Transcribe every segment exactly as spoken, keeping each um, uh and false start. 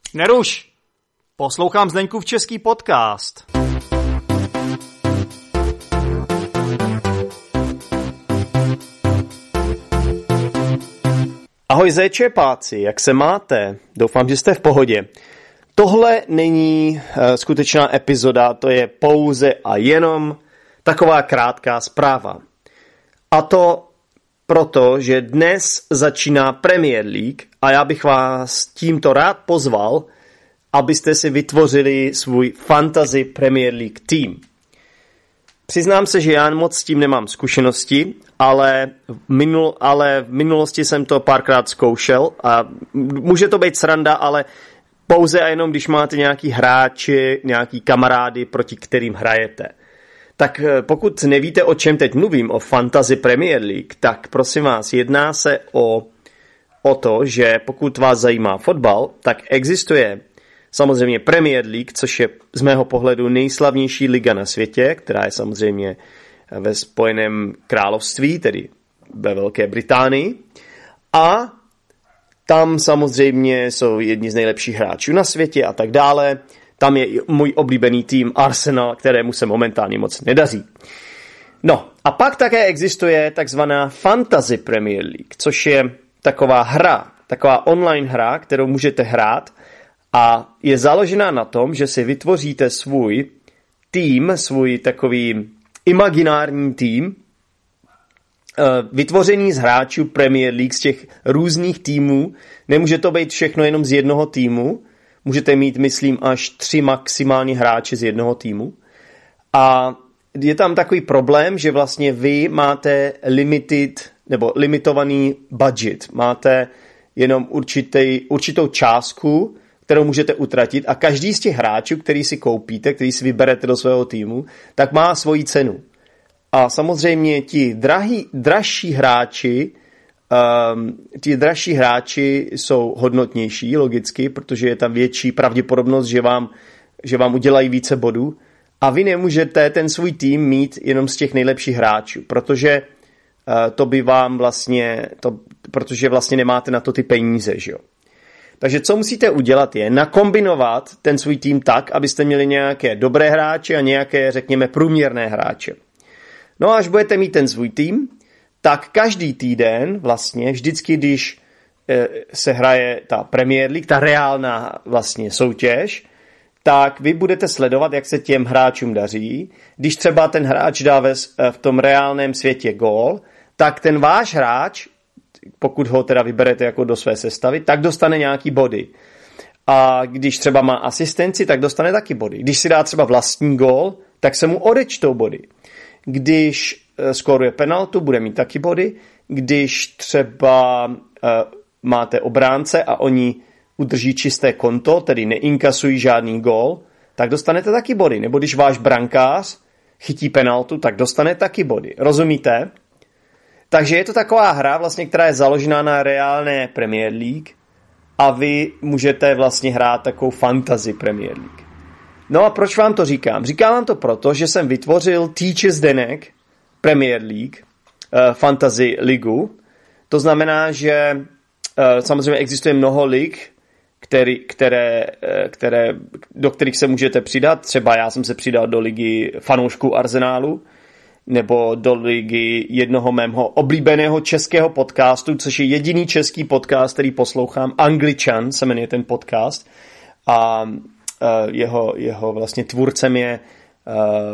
Neruš! Poslouchám Zdeňkův český podcast. Ahoj zéčepáci, jak se máte? Doufám, že jste v pohodě. Tohle není uh, skutečná epizoda, to je pouze a jenom taková krátká zpráva. A to proto, že dnes začíná Premier League a já bych vás tímto rád pozval, abyste si vytvořili svůj Fantasy Premier League tým. Přiznám se, že já moc s tím nemám zkušenosti, ale v, minul, ale v minulosti jsem to párkrát zkoušel a může to být sranda, ale pouze a jenom, když máte nějaký hráči, nějaký kamarády, proti kterým hrajete. Tak pokud nevíte, o čem teď mluvím, o Fantasy Premier League, tak prosím vás, jedná se o, o to, že pokud vás zajímá fotbal, tak existuje samozřejmě Premier League, což je z mého pohledu nejslavnější liga na světě, která je samozřejmě ve Spojeném království, tedy ve Velké Británii. A tam samozřejmě jsou jedni z nejlepších hráčů na světě a tak dále. Tam je můj oblíbený tým Arsenal, kterému se momentálně moc nedaří. No a pak také existuje takzvaná Fantasy Premier League, což je taková hra, taková online hra, kterou můžete hrát a je založená na tom, že si vytvoříte svůj tým, svůj takový imaginární tým, vytvoření z hráčů Premier League, z těch různých týmů. Nemůže to být všechno jenom z jednoho týmu, můžete mít, myslím, až tři maximální hráče z jednoho týmu. A je tam takový problém, že vlastně vy máte limited, nebo limitovaný budget. Máte jenom určitý, určitou částku, kterou můžete utratit a každý z těch hráčů, který si koupíte, který si vyberete do svého týmu, tak má svoji cenu. A samozřejmě ti drahý, dražší hráči, um, ti dražší hráči jsou hodnotnější, logicky, protože je tam větší pravděpodobnost, že vám, že vám udělají více bodů. A vy nemůžete ten svůj tým mít jenom z těch nejlepších hráčů, protože uh, to by vám vlastně, to, protože vlastně nemáte na to ty peníze, že jo. Takže co musíte udělat je nakombinovat ten svůj tým tak, abyste měli nějaké dobré hráče a nějaké, řekněme, průměrné hráče. No a až budete mít ten svůj tým, tak každý týden vlastně, vždycky, když se hraje ta Premier League, ta reálná vlastně soutěž, tak vy budete sledovat, jak se těm hráčům daří. Když třeba ten hráč dá ve, v tom reálném světě gól, tak ten váš hráč, pokud ho teda vyberete jako do své sestavy, tak dostane nějaký body. A když třeba má asistenci, tak dostane taky body. Když si dá třeba vlastní gól, tak se mu odečtou body. Když skóruje penaltu, bude mít taky body. Když třeba uh, máte obránce a oni udrží čisté konto, tedy neinkasují žádný gól, tak dostanete taky body. Nebo když váš brankář chytí penaltu, tak dostane taky body. Rozumíte? Takže je to taková hra, vlastně, která je založená na reálné Premier League a vy můžete vlastně hrát takovou fantasy Premier League. No a proč vám to říkám? Říkám vám to proto, že jsem vytvořil Týče Zdeněk Premier League, uh, Fantasy ligu. To znamená, že uh, samozřejmě existuje mnoho lig, který, které, uh, které, do kterých se můžete přidat. Třeba já jsem se přidal do ligy fanoušků Arsenálu, nebo do ligy jednoho mého oblíbeného českého podcastu, což je jediný český podcast, který poslouchám. Angličan se jmenuje ten podcast. A uh, jeho, jeho vlastně tvůrcem je uh,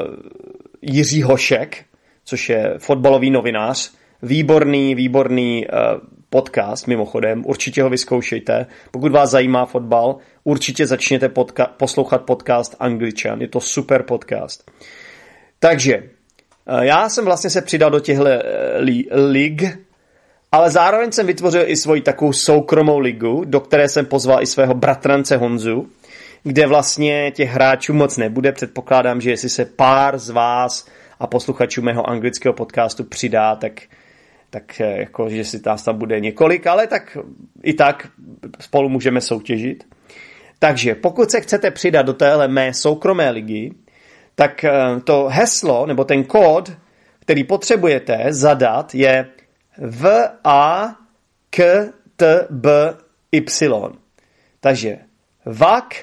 Jiří Hošek, což je fotbalový novinář. Výborný, výborný uh, podcast, mimochodem. Určitě ho vyzkoušejte. Pokud vás zajímá fotbal, určitě začněte podca- poslouchat podcast Angličan. Je to super podcast. Takže já jsem vlastně se přidal do těchto lig, ale zároveň jsem vytvořil i svoji takovou soukromou ligu, do které jsem pozval i svého bratrance Honzu, kde vlastně těch hráčů moc nebude. Předpokládám, že jestli se pár z vás a posluchačů mého anglického podcastu přidá, tak, tak jako, že si nás tam bude několik, ale tak i tak spolu můžeme soutěžit. Takže pokud se chcete přidat do téhle mé soukromé ligy, tak to heslo, nebo ten kód, který potřebujete zadat, je V A K T B Y. Takže Vak,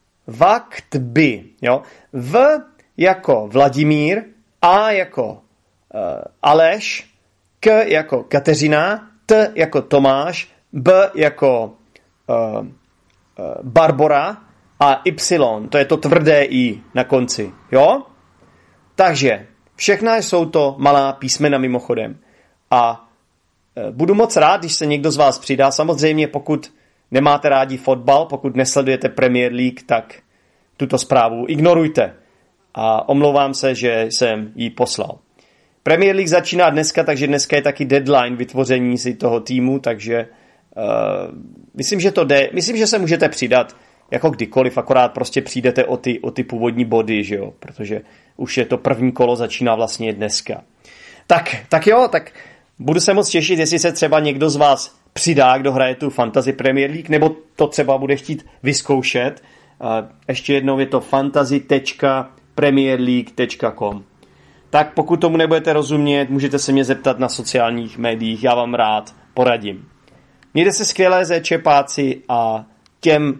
Vaktby, jo. V jako Vladimír, A jako uh, Aleš, K jako Kateřina, T jako Tomáš, B jako uh, uh, Barbora a Y, to je to tvrdé I na konci, jo? Takže všechna jsou to malá písmena mimochodem. A uh, budu moc rád, když se někdo z vás přidá. Samozřejmě pokud nemáte rádi fotbal, pokud nesledujete Premier League, tak tuto zprávu ignorujte. A omlouvám se, že jsem ji poslal. Premier League začíná dneska, takže dneska je taky deadline vytvoření si toho týmu, takže uh, myslím, že to jde. Myslím, že se můžete přidat jako kdykoliv, akorát prostě přijdete o ty, o ty původní body, že jo, protože už je to první kolo, začíná vlastně dneska. Tak, tak jo, tak budu se moc těšit, jestli se třeba někdo z vás přidá, kdo hraje tu Fantasy Premier League, nebo to třeba bude chtít vyzkoušet. Uh, ještě jednou je to fantasy tečka premier league tečka com. Tak pokud tomu nebudete rozumět, můžete se mě zeptat na sociálních médiích, já vám rád poradím. Mějte se skvělé, zéčepáci, a těm,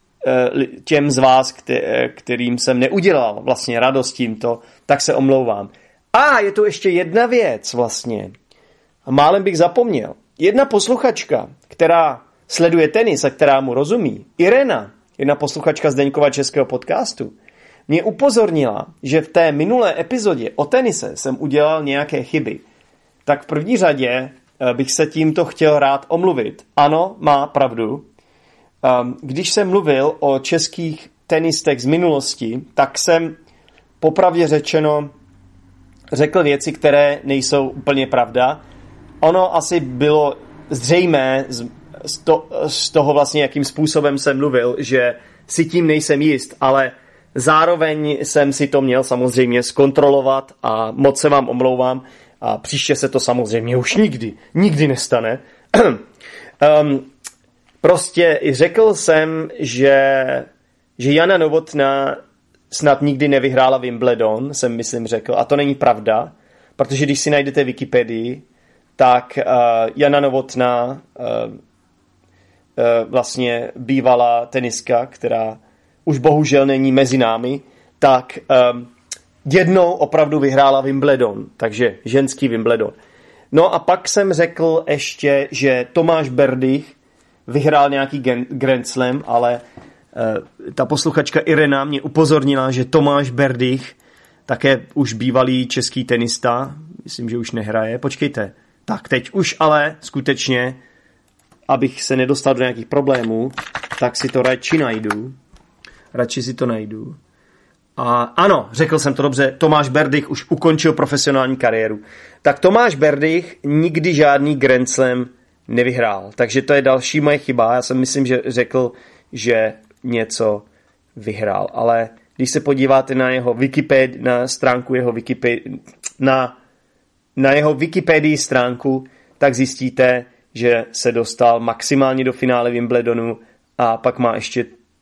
těm z vás, kterým jsem neudělal vlastně radost tímto, tak se omlouvám. A je tu ještě jedna věc vlastně. A málem bych zapomněl. Jedna posluchačka, která sleduje tenis a která mu rozumí, Irena, jedna posluchačka Zdeňkova českého podcastu, mě upozornila, že v té minulé epizodě o tenise jsem udělal nějaké chyby. Tak v první řadě bych se tímto chtěl rád omluvit. Ano, má pravdu. Když jsem mluvil o českých tenistech z minulosti, tak jsem popravdě řečeno řekl věci, které nejsou úplně pravda. Ono asi bylo zřejmé z, to, z toho vlastně, jakým způsobem jsem mluvil, že si tím nejsem jist, ale zároveň jsem si to měl samozřejmě zkontrolovat a moc se vám omlouvám a příště se to samozřejmě už nikdy, nikdy nestane. um, prostě řekl jsem, že, že Jana Novotná snad nikdy nevyhrála Wimbledon, jsem myslím řekl, a to není pravda, protože když si najdete Wikipedii, tak uh, Jana Novotná uh, uh, vlastně bývalá teniska, která už bohužel není mezi námi, tak um, jednou opravdu vyhrála Wimbledon, takže ženský Wimbledon. No a pak jsem řekl ještě, že Tomáš Berdych vyhrál nějaký Grand Slam, ale uh, ta posluchačka Irena mě upozornila, že Tomáš Berdych, také už bývalý český tenista, myslím, že už nehraje, počkejte, tak teď už ale skutečně, abych se nedostal do nějakých problémů, tak si to radši najdu. Radši si to najdu. A ano, řekl jsem to dobře, Tomáš Berdych už ukončil profesionální kariéru. Tak Tomáš Berdych nikdy žádný Grand Slam nevyhrál. Takže to je další moje chyba. Já jsem myslím, že řekl, že něco vyhrál. Ale když se podíváte na jeho Wikipedii, na stránku jeho Wikipedii, na, na jeho Wikipedii stránku, tak zjistíte, že se dostal maximálně do finále Wimbledonu a pak má ještě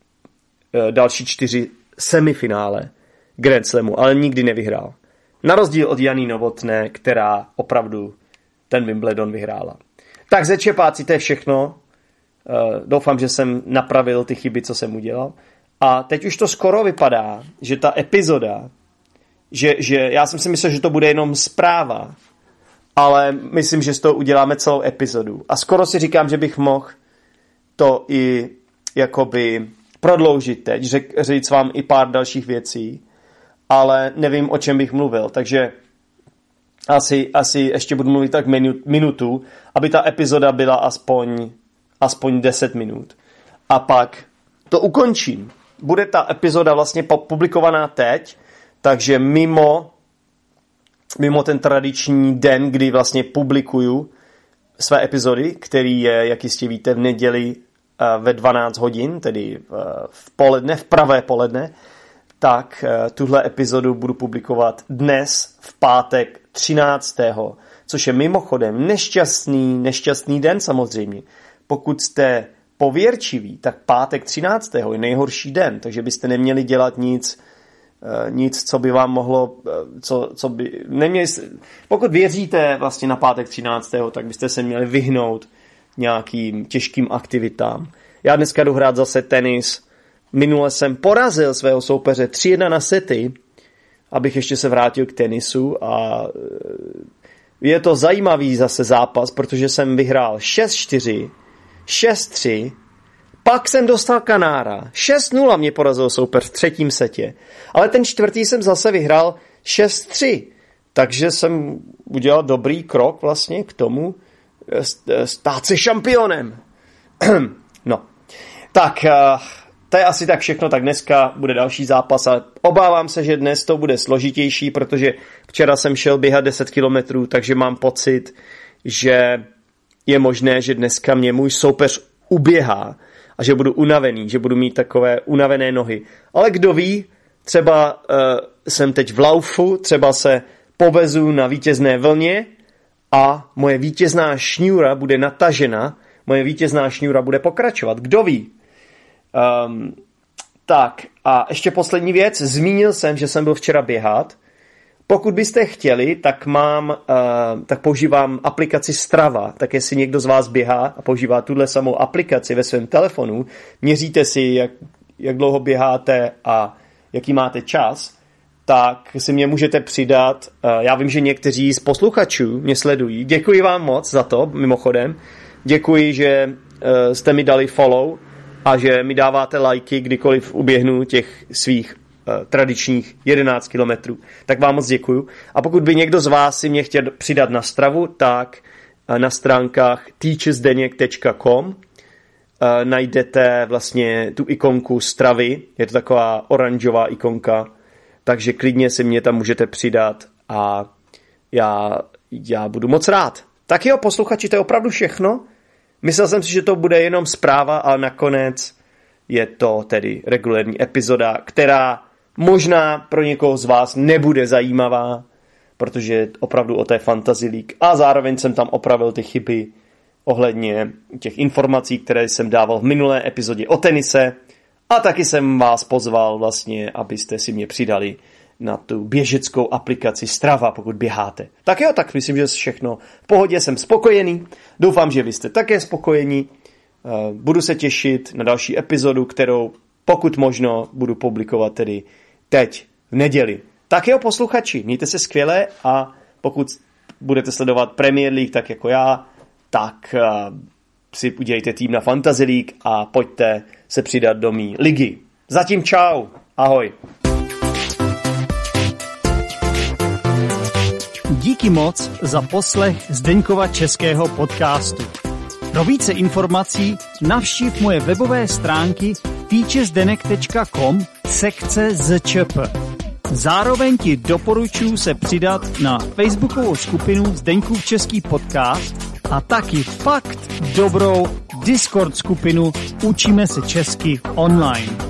další čtyři semifinále Grand Slamu, ale nikdy nevyhrál. Na rozdíl od Jany Novotné, která opravdu ten Wimbledon vyhrála. Tak zečepáci, to je všechno. Doufám, že jsem napravil ty chyby, co jsem udělal. A teď už to skoro vypadá, že ta epizoda, že, že já jsem si myslel, že to bude jenom zpráva, ale myslím, že z toho uděláme celou epizodu. A skoro si říkám, že bych mohl to i jakoby prodloužit teď, řek, říct vám i pár dalších věcí, ale nevím, o čem bych mluvil, takže asi, asi ještě budu mluvit tak minut, minutu, aby ta epizoda byla aspoň, aspoň deset minut. A pak to ukončím. Bude ta epizoda vlastně publikovaná teď, takže mimo, mimo ten tradiční den, kdy vlastně publikuju své epizody, který je, jak jistě víte, v neděli ve dvanáct hodin, tedy v poledne, v pravé poledne, tak tuhle epizodu budu publikovat dnes v pátek třináctého což je mimochodem nešťastný, nešťastný den samozřejmě. Pokud jste pověrčiví, tak pátek třináctého je nejhorší den, takže byste neměli dělat nic, nic, co by vám mohlo, co, co by, neměli, pokud věříte vlastně na pátek třináctého tak byste se měli vyhnout nějakým těžkým aktivitám. Já dneska jdu hrát zase tenis minule jsem porazil svého soupeře tři jedna na sety, abych ještě se vrátil k tenisu a je to zajímavý zase zápas, protože jsem vyhrál šest čtyři, šest tři, pak jsem dostal kanára, šest nula mě porazil soupeř v třetím setě, ale ten čtvrtý jsem zase vyhrál šest tři, takže jsem udělal dobrý krok vlastně k tomu stát se šampionem. No, tak to je asi tak všechno, tak dneska bude další zápas, ale obávám se, že dnes to bude složitější, protože včera jsem šel běhat deset kilometrů, takže mám pocit, že je možné, že dneska mě můj soupeř uběhá a že budu unavený, že budu mít takové unavené nohy. Ale kdo ví, třeba uh, jsem teď v laufu, třeba se povezu na vítězné vlně a moje vítězná šňůra bude natažena, moje vítězná šňůra bude pokračovat. Kdo ví? Um, tak a ještě poslední věc. Zmínil jsem, že jsem byl včera běhat. Pokud byste chtěli, tak mám, uh, tak používám aplikaci Strava. Tak jestli někdo z vás běhá a používá tuhle samou aplikaci ve svém telefonu, měříte si, jak, jak dlouho běháte a jaký máte čas, tak si mě můžete přidat. Uh, já vím, že někteří z posluchačů mě sledují. Děkuji vám moc za to, mimochodem. Děkuji, že uh, jste mi dali follow a že mi dáváte lajky, kdykoliv uběhnu těch svých uh, tradičních jedenáct kilometrů. Tak vám moc děkuju. A pokud by někdo z vás si mě chtěl přidat na Stravu, tak uh, na stránkách teachersdeněk tečka com uh, najdete vlastně tu ikonku Stravy. Je to taková oranžová ikonka, takže klidně si mě tam můžete přidat a já, já budu moc rád. Tak jo, posluchači, to je opravdu všechno. Myslel jsem si, že to bude jenom zpráva, ale nakonec je to tedy regulární epizoda, která možná pro někoho z vás nebude zajímavá, protože je opravdu o té Fantasy League a zároveň jsem tam opravil ty chyby ohledně těch informací, které jsem dával v minulé epizodě o tenise a taky jsem vás pozval vlastně, abyste si mě přidali na tu běžeckou aplikaci Strava, pokud běháte. Tak jo, tak myslím, že všechno v pohodě, jsem spokojený. Doufám, že vy jste také spokojení. Budu se těšit na další epizodu, kterou pokud možno budu publikovat tedy teď v neděli. Tak jo, posluchači, mějte se skvěle a pokud budete sledovat Premier League tak jako já, tak si udělejte tým na Fantasy League a pojďte se přidat do mý ligy. Zatím čau, ahoj. Díky moc za poslech Zdeňkova českého podcastu. Pro více informací navštiv moje webové stránky teachersdeněk tečka com sekce Z Č P. Zároveň ti doporučuji se přidat na facebookovou skupinu Zdeňkův český podcast a taky fakt dobrou Discord skupinu Učíme se česky online.